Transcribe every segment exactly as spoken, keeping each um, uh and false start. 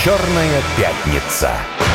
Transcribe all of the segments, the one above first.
«Черная пятница».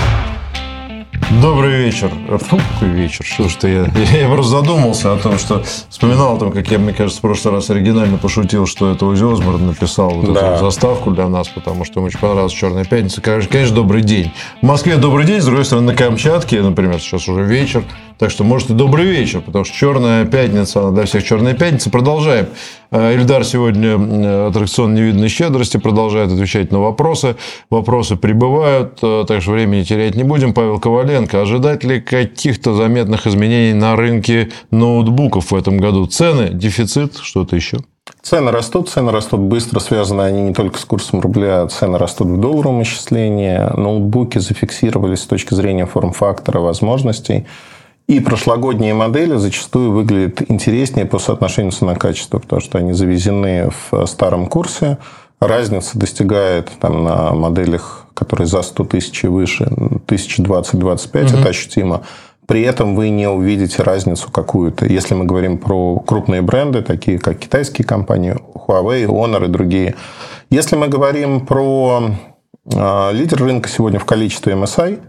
Добрый вечер. Фу, какой вечер. Что ж ты, я, я просто задумался о том, что вспоминал о том, как я, мне кажется, в прошлый раз оригинально пошутил, что это Оззи Осборн написал вот да. эту заставку для нас, потому что ему очень понравилась «Черная пятница». Конечно, конечно, добрый день. В Москве добрый день, с другой стороны, на Камчатке, например, сейчас уже вечер. Так что, может, и добрый вечер, потому что «Черная пятница», она для всех «Черная пятница». Продолжаем. Ильдар сегодня, аттракцион невиданной щедрости, продолжает отвечать на вопросы. Вопросы прибывают, так что времени терять не будем. Павел Коваленко. Ожидать ли каких-то заметных изменений на рынке ноутбуков в этом году? Цены, дефицит, что-то еще? Цены растут, цены растут быстро, связаны они не только с курсом рубля, цены растут в долларовом исчислении. Ноутбуки зафиксировались с точки зрения форм-фактора, возможностей. И прошлогодние модели зачастую выглядят интереснее по соотношению цена-качество, потому что они завезены в старом курсе. Разница достигает там, на моделях, которые за сто тысяч и выше, тысяча двадцать - двадцать пять, угу. Это ощутимо. При этом вы не увидите разницу какую-то. Если мы говорим про крупные бренды, такие как китайские компании, Huawei, Honor и другие. Если мы говорим про э, лидер рынка сегодня в количестве эм эс ай,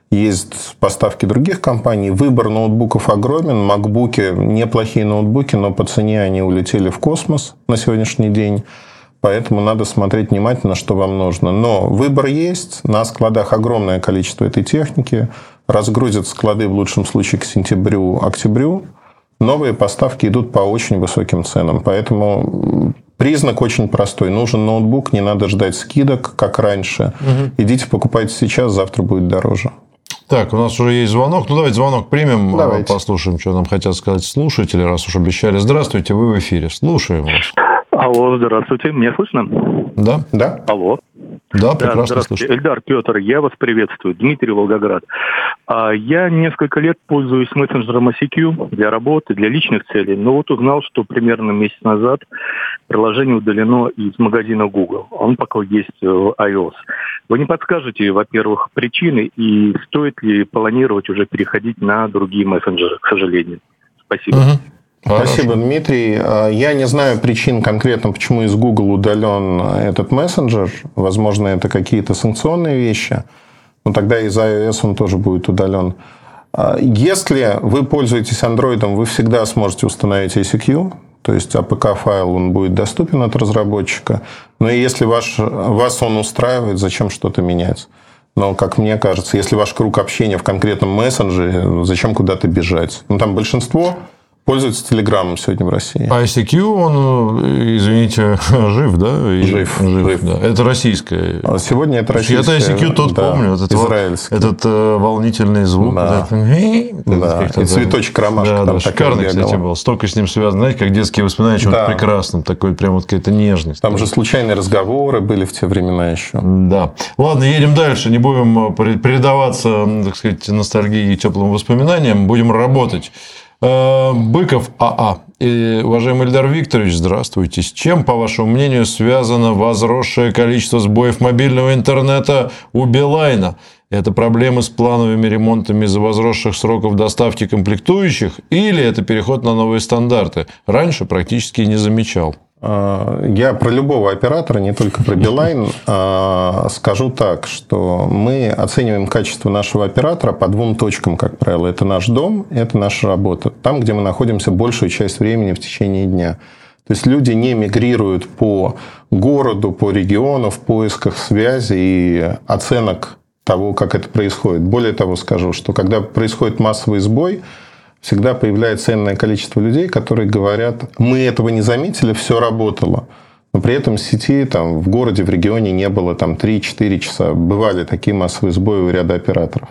есть поставки других компаний. Выбор ноутбуков огромен. Макбуки неплохие ноутбуки, но по цене они улетели в космос на сегодняшний день. Поэтому надо смотреть внимательно, что вам нужно. Но выбор есть. На складах огромное количество этой техники. Разгрузят склады в лучшем случае к сентябрю-октябрю. Новые поставки идут по очень высоким ценам. Поэтому признак очень простой. Нужен ноутбук, не надо ждать скидок, как раньше. Угу. Идите покупайте сейчас, завтра будет дороже. Так, у нас уже есть звонок. Ну, давайте звонок примем, давайте. Послушаем, что нам хотят сказать слушатели, раз уж обещали. Здравствуйте, вы в эфире. Слушаем вас. Алло, здравствуйте. Меня слышно? Да. Да. Алло. Да, прекрасно да, слышно. Ильдар, Петр, я вас приветствую. Дмитрий, Волгоград. Я несколько лет пользуюсь мессенджером ай си кью для работы, для личных целей. Но вот узнал, что примерно месяц назад приложение удалено из магазина Google. Он пока есть в iOS. Вы не подскажете, во-первых, причины и стоит ли планировать уже переходить на другие мессенджеры, к сожалению? Спасибо. Угу. Спасибо, Хорошо. Дмитрий. Я не знаю причин конкретно, почему из Google удален этот мессенджер. Возможно, это какие-то санкционные вещи. Но тогда из iOS он тоже будет удален. Если вы пользуетесь Android, вы всегда сможете установить ай си кью. То есть эй пи кей-файл он будет доступен от разработчика. Но если ваш, вас он устраивает, зачем что-то менять? Но, как мне кажется, если ваш круг общения в конкретном мессенджере, зачем куда-то бежать? Ну, там большинство пользуются Телеграмом сегодня в России. ай си кью, он, извините, жив, да? Жив. жив, жив. Да. Это российское. Сегодня это российское. Я ай си кью тот да, помню. Этот, израильский. Этот э, волнительный звук. Да. Этот, да. И цветочек ромашка. Да, там да, шикарный, кстати, был. Столько с ним связано. Знаете, как детские воспоминания, чего-то да. прекрасном. Такой прям вот какая-то нежность. Там же случайные разговоры были в те времена еще. Да. Ладно, едем дальше. Не будем предаваться, так сказать, ностальгии и теплым воспоминаниям. Будем работать. Быков АА. И, уважаемый Ильдар Викторович, здравствуйте. С чем, по вашему мнению, связано возросшее количество сбоев мобильного интернета у Билайна? Это проблемы с плановыми ремонтами из-за возросших сроков доставки комплектующих или это переход на новые стандарты? Раньше практически не замечал. Я про любого оператора, не только про Билайн, скажу так, что мы оцениваем качество нашего оператора по двум точкам, как правило. Это наш дом, это наша работа. Там, где мы находимся большую часть времени в течение дня. То есть люди не мигрируют по городу, по региону в поисках связи и оценок того, как это происходит. Более того, скажу, что когда происходит массовый сбой, всегда появляется ценное количество людей, которые говорят, мы этого не заметили, все работало. Но при этом сети там, в городе, в регионе не было там, три-четыре часа. Бывали такие массовые сбои у ряда операторов.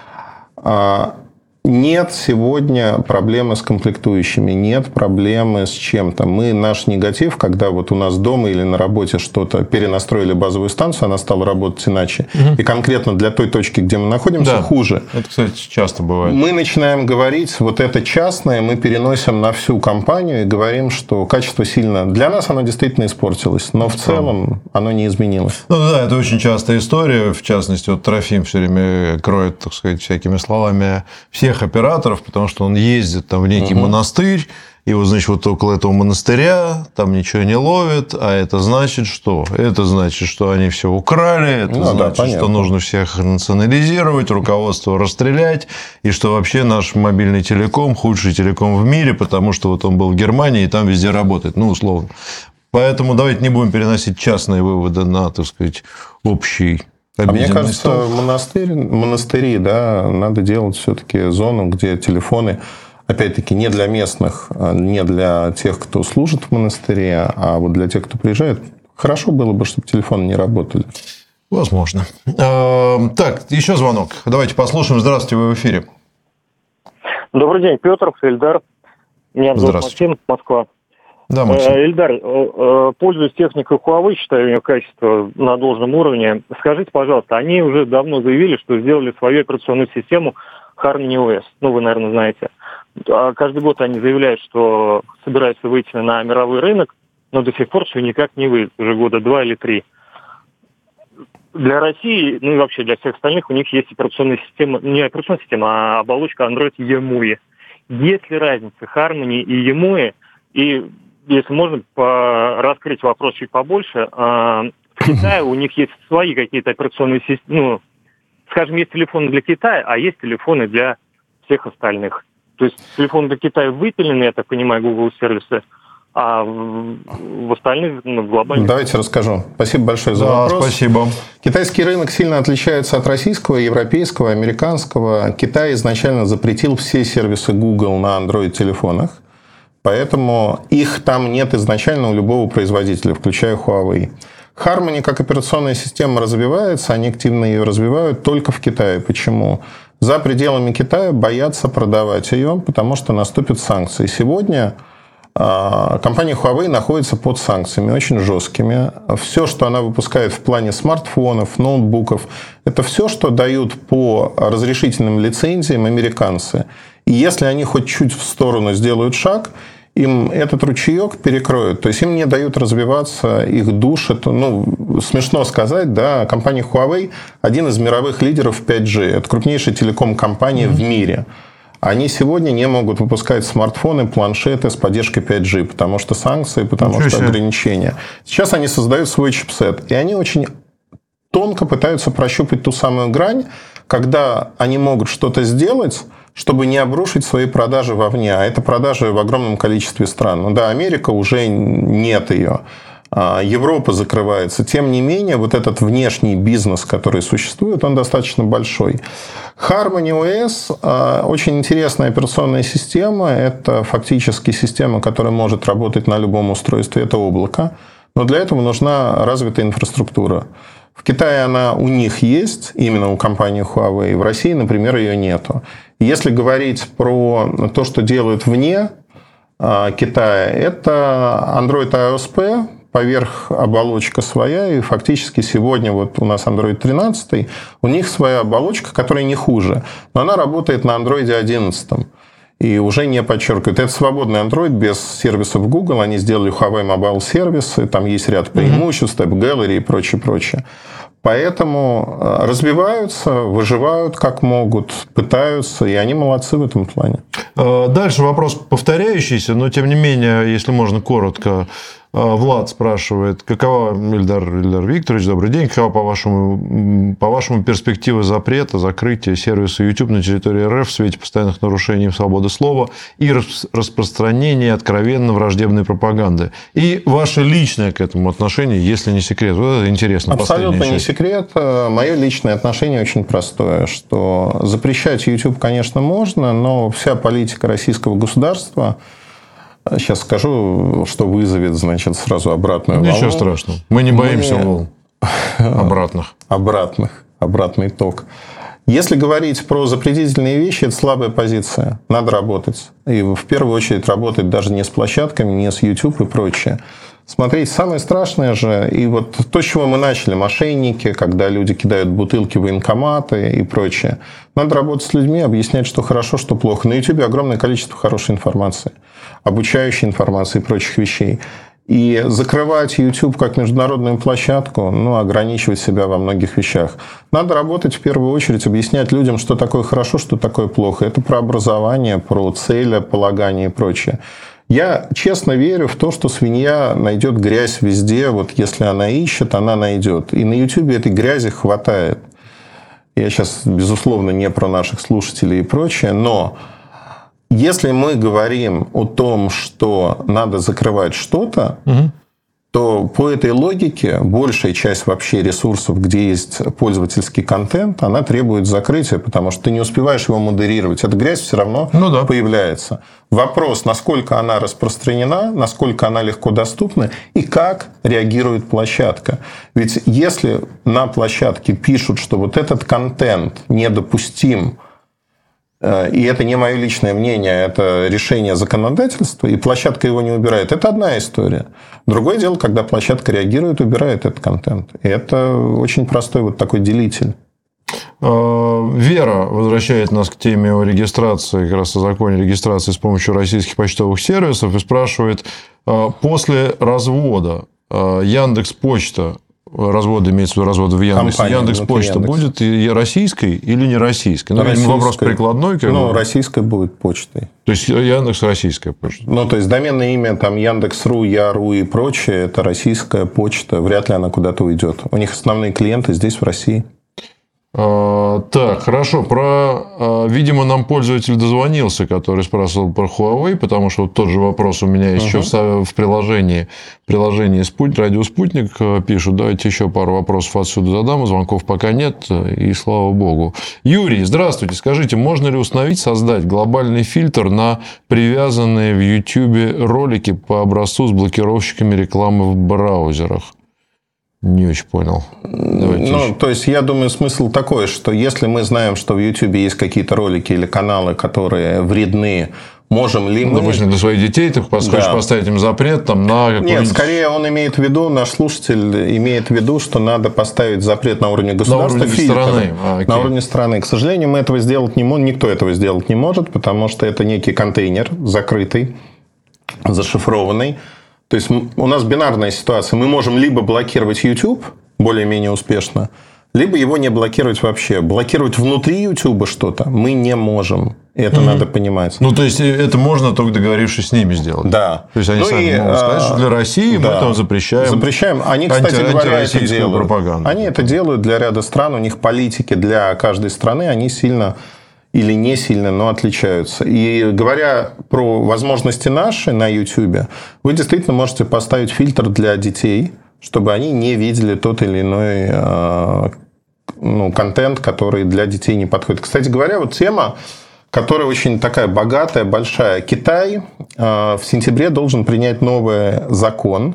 Нет сегодня проблемы с комплектующими, нет проблемы с чем-то. Мы наш негатив, когда вот у нас дома или на работе что-то перенастроили базовую станцию, она стала работать иначе. Угу. И конкретно для той точки, где мы находимся, да, хуже. Это, кстати, часто бывает. Мы начинаем говорить, вот это частное мы переносим на всю компанию и говорим, что качество сильно... Для нас оно действительно испортилось, но в целом оно не изменилось. Ну да, это очень частая история. В частности, вот Трофим все время кроет, так сказать, всякими словами всех операторов, потому что он ездит там в некий угу. монастырь, и вот, значит, вот около этого монастыря там ничего не ловит, а это значит что? Это значит, что они все украли, это ну, значит, да, что нужно всех национализировать, руководство расстрелять, и что вообще наш мобильный телеком худший телеком в мире, потому что вот он был в Германии, и там везде работает, ну, условно. Поэтому давайте не будем переносить частные выводы на, так сказать, общий. А мне кажется, монастырь, монастыри, да, надо делать все-таки зону, где телефоны, опять-таки, не для местных, не для тех, кто служит в монастыре, а вот для тех, кто приезжает. Хорошо было бы, чтобы телефоны не работали. Возможно. Так, еще звонок. Давайте послушаем. Здравствуйте, вы в эфире. Добрый день, Петр, Эльдар. Меня зовут Максим, Москва. Да, Максим. Эльдар, пользуюсь техникой Huawei, считаю ее качество на должном уровне. Скажите, пожалуйста, они уже давно заявили, что сделали свою операционную систему HarmonyOS. Ну, вы, наверное, знаете. Каждый год они заявляют, что собираются выйти на мировой рынок, но до сих пор все никак не выйдет, уже года два или три. Для России, ну и вообще для всех остальных, у них есть операционная система, не операционная система, а оболочка Android и и эм ю и. Есть ли разница Harmony и и эм ю и? И если можно раскрыть вопрос чуть побольше, в Китае у них есть свои какие-то операционные системы, ну, скажем, есть телефоны для Китая, а есть телефоны для всех остальных. То есть телефоны для Китая выпилены, я так понимаю, Google сервисы, а в остальных, ну, глобально... Давайте расскажу. Спасибо большое за да, вопрос. Спасибо. Китайский рынок сильно отличается от российского, европейского, американского. Китай изначально запретил все сервисы Google на Android-телефонах. Поэтому их там нет изначально у любого производителя, включая Huawei. Harmony как операционная система развивается, они активно ее развивают только в Китае. Почему? За пределами Китая боятся продавать ее, потому что наступят санкции. Сегодня компания Huawei находится под санкциями, очень жесткими. Все, что она выпускает в плане смартфонов, ноутбуков, это все, что дают по разрешительным лицензиям американцы. И если они хоть чуть в сторону сделают шаг, им этот ручеек перекроют. То есть им не дают развиваться, их душат. Ну, смешно сказать, да, компания Huawei один из мировых лидеров пять джи. Это крупнейшая телеком-компания mm-hmm. в мире. Они сегодня не могут выпускать смартфоны, планшеты с поддержкой пять джи, потому что санкции, потому Ничего что себе. ограничения. Сейчас они создают свой чипсет. И они очень тонко пытаются прощупать ту самую грань, когда они могут что-то сделать, чтобы не обрушить свои продажи вовне. А это продажи в огромном количестве стран. Ну да, Америка уже нет ее. Европа закрывается. Тем не менее, вот этот внешний бизнес, который существует, он достаточно большой. HarmonyOS очень интересная операционная система. Это фактически система, которая может работать на любом устройстве. Это облако. Но для этого нужна развитая инфраструктура. В Китае она у них есть, именно у компании Huawei. В России, например, ее нету. Если говорить про то, что делают вне Китая, это Android ай о эс пи, поверх оболочка своя, и фактически сегодня вот у нас Android тринадцать, у них своя оболочка, которая не хуже, но она работает на Android одиннадцать. И уже не подчеркивает. Это свободный Android без сервисов Google. Они сделали Huawei Mobile сервисы. Там есть ряд преимуществ, App Gallery и прочее, прочее. Поэтому развиваются, выживают как могут, пытаются, и они молодцы в этом плане. Дальше вопрос повторяющийся, но тем не менее, если можно коротко. Влад спрашивает, какова, Эльдар, Эльдар Викторович, добрый день, какова, по-вашему, по-вашему перспектива запрета, закрытия сервиса YouTube на территории эр эф в свете постоянных нарушений свободы слова и распространения откровенно враждебной пропаганды? И ваше личное к этому отношение, если не секрет. Вот это интересно. Абсолютно не секрет. Мое личное отношение очень простое, что запрещать YouTube, конечно, можно, но вся политика российского государства... Сейчас скажу, что вызовет, значит, сразу обратную волну. Ничего страшного. Мы не боимся волн обратных. Обратных. Обратный ток. Если говорить про запретительные вещи, это слабая позиция. Надо работать. И в первую очередь работать даже не с площадками, не с YouTube и прочее. Смотрите, самое страшное же, и вот то, с чего мы начали, мошенники, когда люди кидают бутылки в военкоматы и прочее. Надо работать с людьми, объяснять, что хорошо, что плохо. На YouTube огромное количество хорошей информации, обучающей информации и прочих вещей. И закрывать YouTube как международную площадку, ну, ограничивать себя во многих вещах. Надо работать в первую очередь, объяснять людям, что такое хорошо, что такое плохо. Это про образование, про целеполагание и прочее. Я честно верю в то, что свинья найдет грязь везде. Вот если она ищет, она найдет. И на YouTube этой грязи хватает. Я сейчас, безусловно, не про наших слушателей и прочее, но если мы говорим о том, что надо закрывать что-то, угу. то по этой логике большая часть вообще ресурсов, где есть пользовательский контент, она требует закрытия, потому что ты не успеваешь его модерировать. Эта грязь все равно ну, да. появляется. Вопрос, насколько она распространена, насколько она легко доступна и как реагирует площадка. Ведь если на площадке пишут, что вот этот контент недопустим, и это не мое личное мнение, это решение законодательства, и площадка его не убирает. Это одна история. Другое дело, когда площадка реагирует, убирает этот контент. И это очень простой вот такой делитель. Вера возвращает нас к теме о регистрации, как раз о законе регистрации с помощью российских почтовых сервисов, и спрашивает, после развода Яндекс.Почта, развод имеется в виду развод в Яндексе, Яндекс.Почта будет и российской или не российской? Ну, видимо, вопрос прикладной. Как ну, бы. Российская будет почтой. То есть, Яндекс российская почта? Ну, то есть, доменное имя там Яндекс.ру, Я.ру и прочее, это российская почта. Вряд ли она куда-то уйдет. У них основные клиенты здесь, в России. А, так, хорошо. Про, видимо, нам пользователь дозвонился, который спрашивал про Huawei, потому что вот тот же вопрос у меня есть uh-huh. еще в приложении. В приложении Спутник, Радио Спутник пишут. Давайте еще пару вопросов отсюда задам. Звонков пока нет, и слава богу. Юрий, здравствуйте. Скажите, можно ли установить, создать глобальный фильтр на привязанные в YouTube ролики по образцу с блокировщиками рекламы в браузерах? Не очень понял. Давайте ну, еще. То есть, я думаю, смысл такой, что если мы знаем, что в YouTube есть какие-то ролики или каналы, которые вредны, можем ли мы... Допустим, для своих детей ты хочешь да. поставить им запрет там, на какой-нибудь... Нет, скорее он имеет в виду, наш слушатель имеет в виду, что надо поставить запрет на уровне государства. На уровне фильтр, страны. А, на уровне страны. К сожалению, мы этого сделать не можем, никто этого сделать не может, потому что это некий контейнер закрытый, зашифрованный. То есть, у нас бинарная ситуация. Мы можем либо блокировать YouTube более-менее успешно, либо его не блокировать вообще. Блокировать внутри YouTube что-то мы не можем. И это mm-hmm. надо понимать. Ну, то есть, это можно только договорившись с ними сделать. Да. То есть, они ну сами и, могут сказать, что для России да. мы там запрещаем. Запрещаем. Они, кстати анти- говоря, это делают. Пропаганду. Они это делают для ряда стран. У них политики для каждой страны, они сильно... или не сильно, но отличаются. И говоря про возможности наши на YouTube, вы действительно можете поставить фильтр для детей, чтобы они не видели тот или иной э, ну, контент, который для детей не подходит. Кстати говоря, вот тема, которая очень такая богатая, большая. Китай э, в сентябре должен принять новый закон.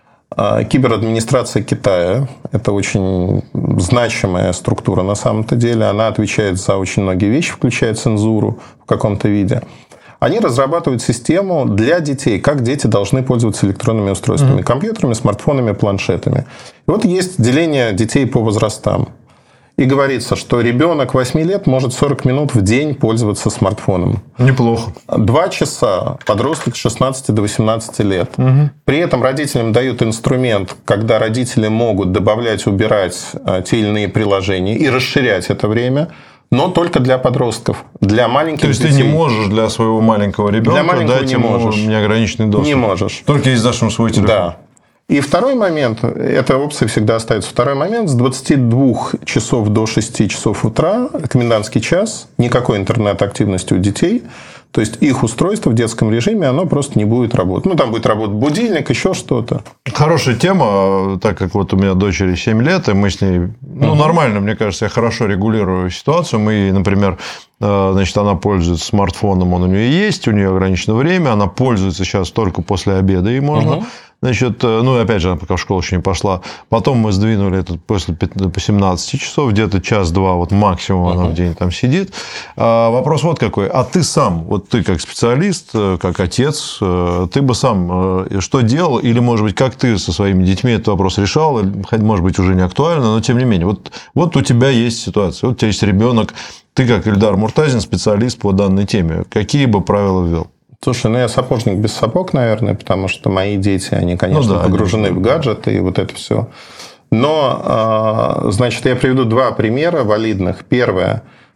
Киберадминистрация Китая – это очень значимая структура на самом-то деле. Она отвечает за очень многие вещи, включая цензуру в каком-то виде. Они разрабатывают систему для детей, как дети должны пользоваться электронными устройствами, mm-hmm. компьютерами, смартфонами, планшетами. И вот есть деление детей по возрастам. И говорится, что ребенок восьми лет может сорок минут в день пользоваться смартфоном. Неплохо. Два часа подросток с шестнадцати до восемнадцати лет. Угу. При этом родителям дают инструмент, когда родители могут добавлять, убирать те или иные приложения и расширять это время. Но только для подростков, для маленьких детей. То есть, детей. Ты не можешь для своего маленького ребенка для маленького дать не ему можешь. неограниченный доступ? Не можешь. Только если дашь ему свой телефон? Да. И второй момент, эта опция всегда остается. Второй момент, с двадцати двух часов до шести часов утра, комендантский час, никакой интернет-активности у детей. То есть, их устройство в детском режиме, оно просто не будет работать. Ну, там будет работать будильник, еще что-то. Хорошая тема, так как вот у меня дочери семь лет, и мы с ней, ну, угу. нормально, мне кажется, я хорошо регулирую ситуацию. Мы, например, значит, она пользуется смартфоном, он у нее есть, у нее ограничено время, она пользуется сейчас только после обеда, ей можно. Угу. Значит, ну, и опять же, она пока в школу еще не пошла. Потом мы сдвинули это после по семнадцати часов, где-то час-два вот максимум uh-huh. она в день там сидит. А, вопрос вот какой. А ты сам, вот ты как специалист, как отец, ты бы сам что делал? Или, может быть, как ты со своими детьми этот вопрос решал? Хоть, может быть, уже не актуально, но тем не менее. Вот, вот у тебя есть ситуация, вот у тебя есть ребенок, ты как Ильдар Муртазин, специалист по данной теме. Какие бы правила ввел? Слушай, ну я сапожник без сапог, наверное, потому что мои дети, они, конечно, ну, да, погружены они... в гаджеты и вот это все. Но, значит, я приведу два примера валидных. Первое.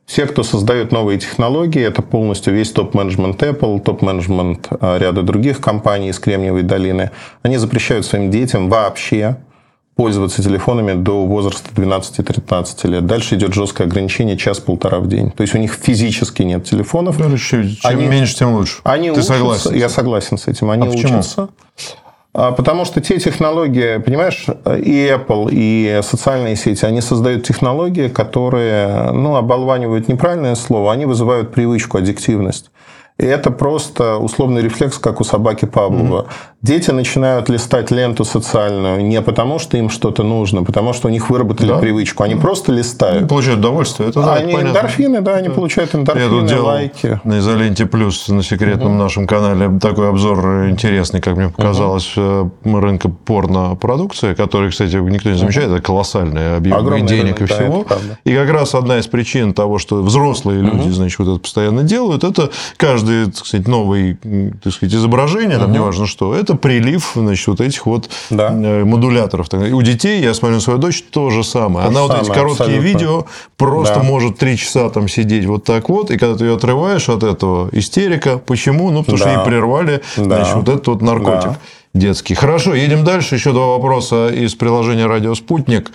Все, кто создает новые технологии, это полностью весь топ-менеджмент Apple, топ-менеджмент ряда других компаний из Кремниевой долины, они запрещают своим детям вообще пользоваться телефонами до возраста двенадцати-тринадцати лет. Дальше идет жесткое ограничение час-полтора в день. То есть у них физически нет телефонов. Короче, чем они, меньше, тем лучше. Они Ты учатся, согласен? Я согласен с этим. Они а почему? учатся. Потому что те технологии, понимаешь, и Apple, и социальные сети, они создают технологии, которые, ну, оболванивают неправильное слово, они вызывают привычку, аддиктивность. И это просто условный рефлекс, как у собаки Павлова. Mm-hmm. Дети начинают листать ленту социальную не потому, что им что-то нужно, а потому что у них выработали да. привычку. Они mm-hmm. просто листают. Они получают удовольствие. Это, да, они это эндорфины, да, они да. получают эндорфины, Я тут делал лайки. На Изоленте Плюс на секретном mm-hmm. нашем канале такой обзор интересный, как мне показалось, mm-hmm. рынка порно-продукции, который, кстати, никто не замечает, mm-hmm. это колоссальный объем денег и всего. Да, и как раз одна из причин того, что взрослые mm-hmm. люди, значит, вот это постоянно делают, это каждый так сказать, новые, так сказать, изображения, там, uh-huh. неважно что, это прилив, значит, вот этих вот да. модуляторов. У детей, я смотрю на свою дочь, то же самое. То Она вот самое, эти короткие абсолютно. видео просто да. может три часа там сидеть вот так вот, и когда ты ее отрываешь от этого, истерика. Почему? Ну, потому да. что ей прервали, да. значит, вот этот вот наркотик да. детский. Хорошо, едем дальше. Еще два вопроса из приложения «Радио Спутник».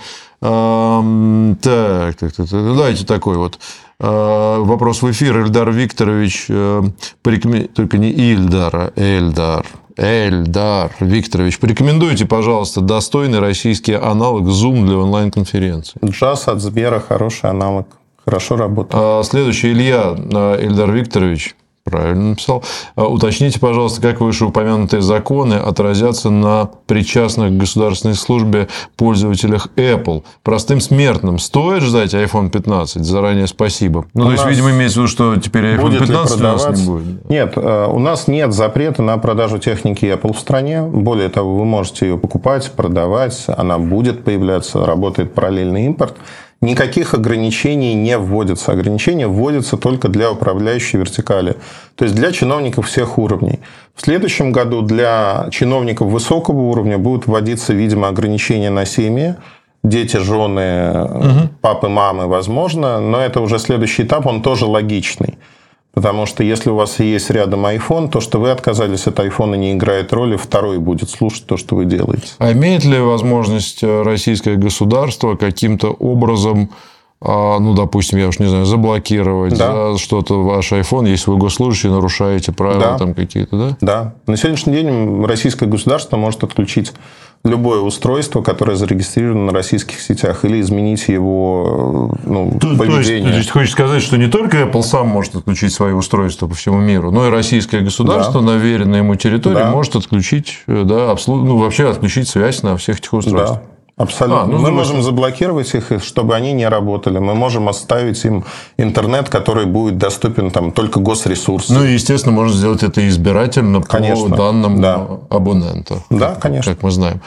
Так, так, так, давайте такой вот. Вопрос в эфир. Эльдар Викторович, только не Ильдар, а Эльдар. Эльдар Викторович, порекомендуйте, пожалуйста, достойный российский аналог Zoom для онлайн-конференции. Джаз от Сбера хороший аналог. Хорошо работает. Следующий Илья, Эльдар Викторович. Правильно написал. Уточните, пожалуйста, как вышеупомянутые законы отразятся на причастных к государственной службе пользователях Apple. Простым смертным стоит ждать айфон пятнадцать? Заранее спасибо. Ну, то есть, видимо, имеется в виду, что теперь айфон пятнадцать у нас не будет. Нет, у нас нет запрета на продажу техники Apple в стране. Более того, вы можете ее покупать, продавать. Она будет появляться, работает параллельный импорт. Никаких ограничений не вводится. Ограничения вводятся только для управляющей вертикали. То есть для чиновников всех уровней. В следующем году для чиновников высокого уровня будут вводиться, видимо, ограничения на семьи. Дети, жены, угу. папы, мамы, возможно. Но это уже следующий этап, он тоже логичный. Потому что если у вас есть рядом iPhone, то, что вы отказались от iPhone, не играет роли, второй будет слушать то, что вы делаете. А имеет ли возможность российское государство каким-то образом, ну, допустим, я уж не знаю, заблокировать да. за что-то ваш iPhone, если вы госслужащий, нарушаете правила да. там какие-то, да? Да. На сегодняшний день российское государство может отключить любое устройство, которое зарегистрировано на российских сетях, или изменить его ну, то, поведение. То есть, хочешь сказать, что не только Apple сам может отключить свои устройства по всему миру, но и российское государство да. на веренной ему территории да. может отключить, да, обслуг... ну, вообще отключить связь на всех этих устройствах. Да. Абсолютно. А, ну, мы можем заблокировать их, чтобы они не работали. Мы можем оставить им интернет, который будет доступен там, только госресурсам. Ну, и, естественно, можно сделать это избирательно конечно. По данным да. абонента. Да, конечно. Как мы знаем.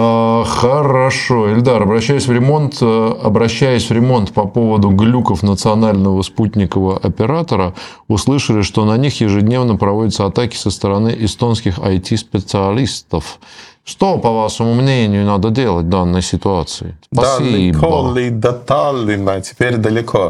Хорошо. Эльдар, обращаясь в ремонт, обращаясь в ремонт по поводу глюков национального спутникового оператора, услышали, что на них ежедневно проводятся атаки со стороны эстонских ай ти-специалистов. Что, по вашему мнению, надо делать в данной ситуации? Спасибо. Далеко ли до Таллина? Теперь далеко.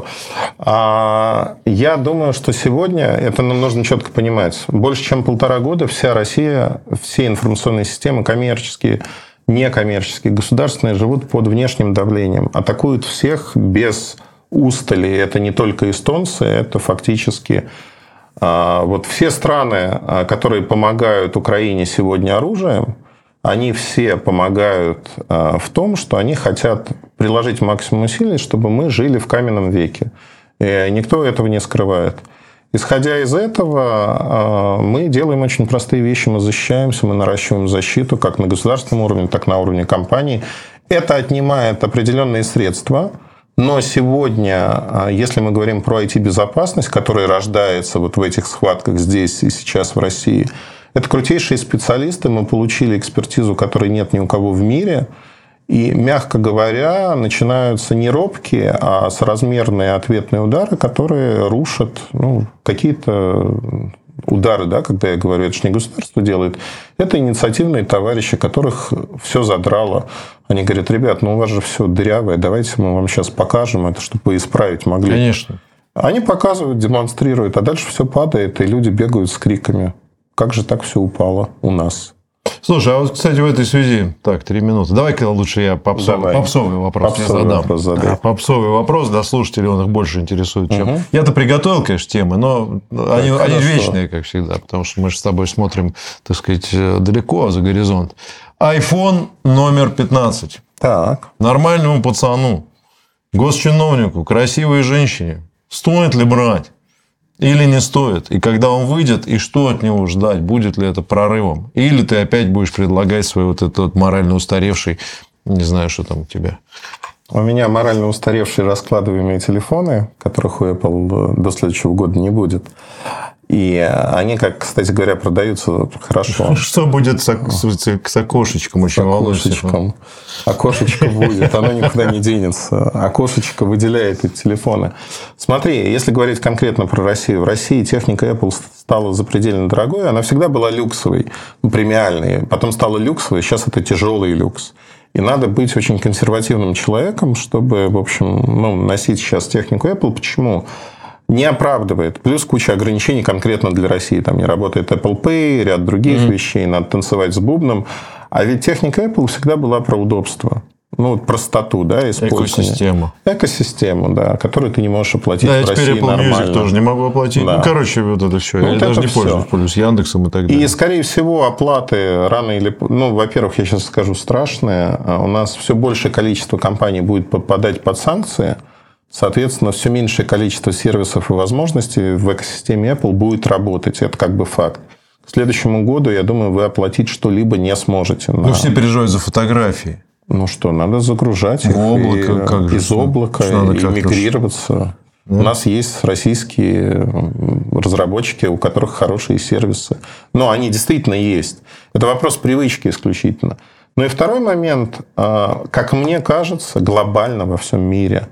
Я думаю, что сегодня, это нам нужно четко понимать, больше чем полтора года вся Россия, все информационные системы, коммерческие, некоммерческие, государственные, живут под внешним давлением. Атакуют всех без устали. Это не только эстонцы, это фактически... Вот все страны, которые помогают Украине сегодня оружием, они все помогают в том, что они хотят приложить максимум усилий, чтобы мы жили в каменном веке. И никто этого не скрывает. Исходя из этого, мы делаем очень простые вещи. Мы защищаемся, мы наращиваем защиту как на государственном уровне, так и на уровне компаний. Это отнимает определенные средства. Но сегодня, если мы говорим про ай ти-безопасность, которая рождается вот в этих схватках здесь и сейчас в России, это крутейшие специалисты. Мы получили экспертизу, которой нет ни у кого в мире. И, мягко говоря, начинаются не робкие, а соразмерные ответные удары, которые рушат ну, какие-то удары, да, когда я говорю, это же не государство делает. Это инициативные товарищи, которых все задрало. Они говорят, ребят, ну у вас же все дырявое, давайте мы вам сейчас покажем это, чтобы вы исправить могли. Конечно. Они показывают, демонстрируют, а дальше все падает, и люди бегают с криками. Как же так все упало у нас? Слушай, а вот, кстати, в этой связи... Так, три минуты. Давай-ка лучше я попсовый, попсовый вопрос попсовый задам. Вопрос задай. А, попсовый вопрос, да, слушателей он их больше интересует, чем... Угу. Я-то приготовил, конечно, темы, но так, они, они вечные, как всегда, потому что мы же с тобой смотрим, так сказать, далеко за горизонт. iPhone номер пятнадцать. Так. Нормальному пацану, госчиновнику, красивой женщине стоит ли брать? Или не стоит? И когда он выйдет, и что от него ждать? Будет ли это прорывом? Или ты опять будешь предлагать свой вот этот вот морально устаревший, не знаю, что там у тебя? У меня морально устаревшие раскладываемые телефоны, которых у Apple до следующего года не будет. И они, как, кстати говоря, продаются хорошо. Что будет с, с, с окошечком? Очень окошечком. Окошечко будет, оно никуда не денется. Окошечко выделяет эти телефоны. Смотри, если говорить конкретно про Россию. В России техника Apple стала запредельно дорогой. Она всегда была люксовой, премиальной. Потом стала люксовой, сейчас это тяжелый люкс. И надо быть очень консервативным человеком, чтобы, в общем, ну, носить сейчас технику Apple. Почему? Не оправдывает. Плюс куча ограничений конкретно для России. Там не работает Apple Pay, ряд других mm-hmm. вещей. Надо танцевать с бубном. А ведь техника Apple всегда была про удобство. Ну, простоту, да, использования. Экосистему. Экосистему, да, которую ты не можешь оплатить да, в России теперь Apple нормально. Music тоже не могу оплатить. Да. Ну, короче, вот это все. Ну, я вот даже не все. Пользуюсь, пользуюсь Яндексом и так далее. И, скорее всего, оплаты рано или поздно... Ну, во-первых, я сейчас скажу страшное. У нас все большее количество компаний будет попадать под санкции. Соответственно, все меньшее количество сервисов и возможностей в экосистеме Apple будет работать. Это как бы факт. К следующему году, я думаю, вы оплатить что-либо не сможете. Ну, на... все переживают за фотографии. Ну что, надо загружать их облако, и, как же, из облака и мигрироваться. Да. У нас есть российские разработчики, у которых хорошие сервисы. Но они действительно есть. Это вопрос привычки исключительно. Ну и второй момент. Как мне кажется, глобально во всем мире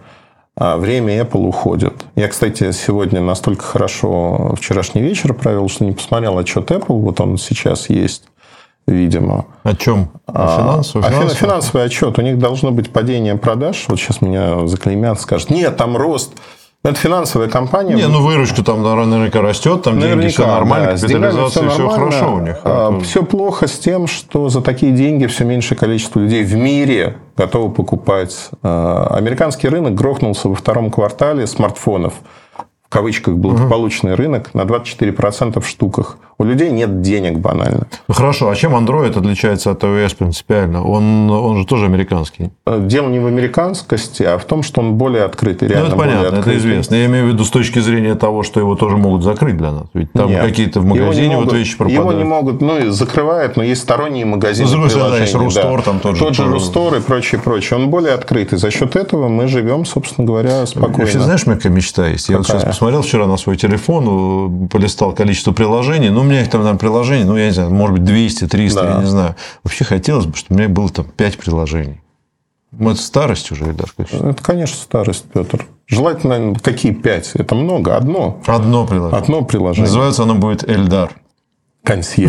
время Apple уходит. Я, кстати, сегодня настолько хорошо вчерашний вечер провел, что не посмотрел отчет Apple. Вот он сейчас есть. Видимо. О чем? О финансовом? А, финансовый отчет. У них должно быть падение продаж. Вот сейчас меня заклеймят, скажут, нет, там рост. Это финансовая компания. Не, ну выручка там наверняка растет, там наверняка, деньги, все нормально, да, капитализация, все, все хорошо у них. А, все плохо с тем, что за такие деньги все меньшее количество людей в мире готовы покупать. Американский рынок грохнулся во втором квартале смартфонов. В кавычках благополучный угу. рынок на двадцать четыре процента в штуках. У людей нет денег банально. Ну, хорошо, а чем Android отличается от iOS принципиально? Он, он же тоже американский. Дело не в американскости, а в том, что он более открытый. Реально ну, это понятно, более открытый. Это известно. Я имею в виду с точки зрения того, что его тоже могут закрыть для нас. Ведь там нет, какие-то в магазине могут, вот вещи пропадают. Его не могут, ну, закрывают, но есть сторонние магазины. Ну, приложения. Есть Рустор, да. там тоже. Тот же Рустор и прочее, прочее. Он более открытый. За счет этого мы живем, собственно говоря, спокойно. Вообще, знаешь, у меня какая мечта есть? Я какая? Вот сейчас посмотрел вчера на свой телефон, полистал количество приложений. Ну, у меня их там, наверное, приложений, ну, я не знаю, может быть, двести, триста, да. я не знаю. Вообще хотелось бы, чтобы у меня было там пять приложений. Ну, это старость уже, Эльдар? Это, конечно, старость, Петр. Желательно, какие пять? Это много. Одно. Одно приложение. Одно приложение. Называется оно будет Эльдар. Консьерж.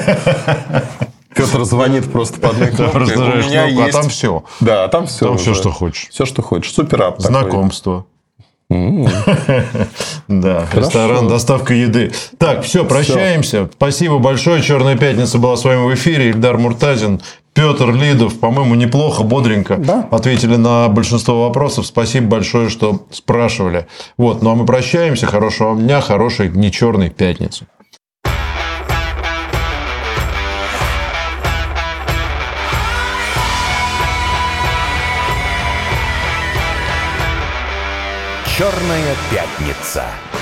Петр звонит просто по одной кнопке. У меня есть... А там все. Да, там все. Там все, что хочешь. Все, что хочешь. Суперап. Знакомство. Да, ресторан, доставка еды. Так, все, прощаемся. Спасибо большое. Черная пятница была с вами в эфире. Эльдар Муртазин, Петр Лидов. По-моему, неплохо, бодренько да. ответили на большинство вопросов. Спасибо большое, что спрашивали. Вот, ну а мы прощаемся. Хорошего вам дня, хорошей не черной пятницы. Черная пятница.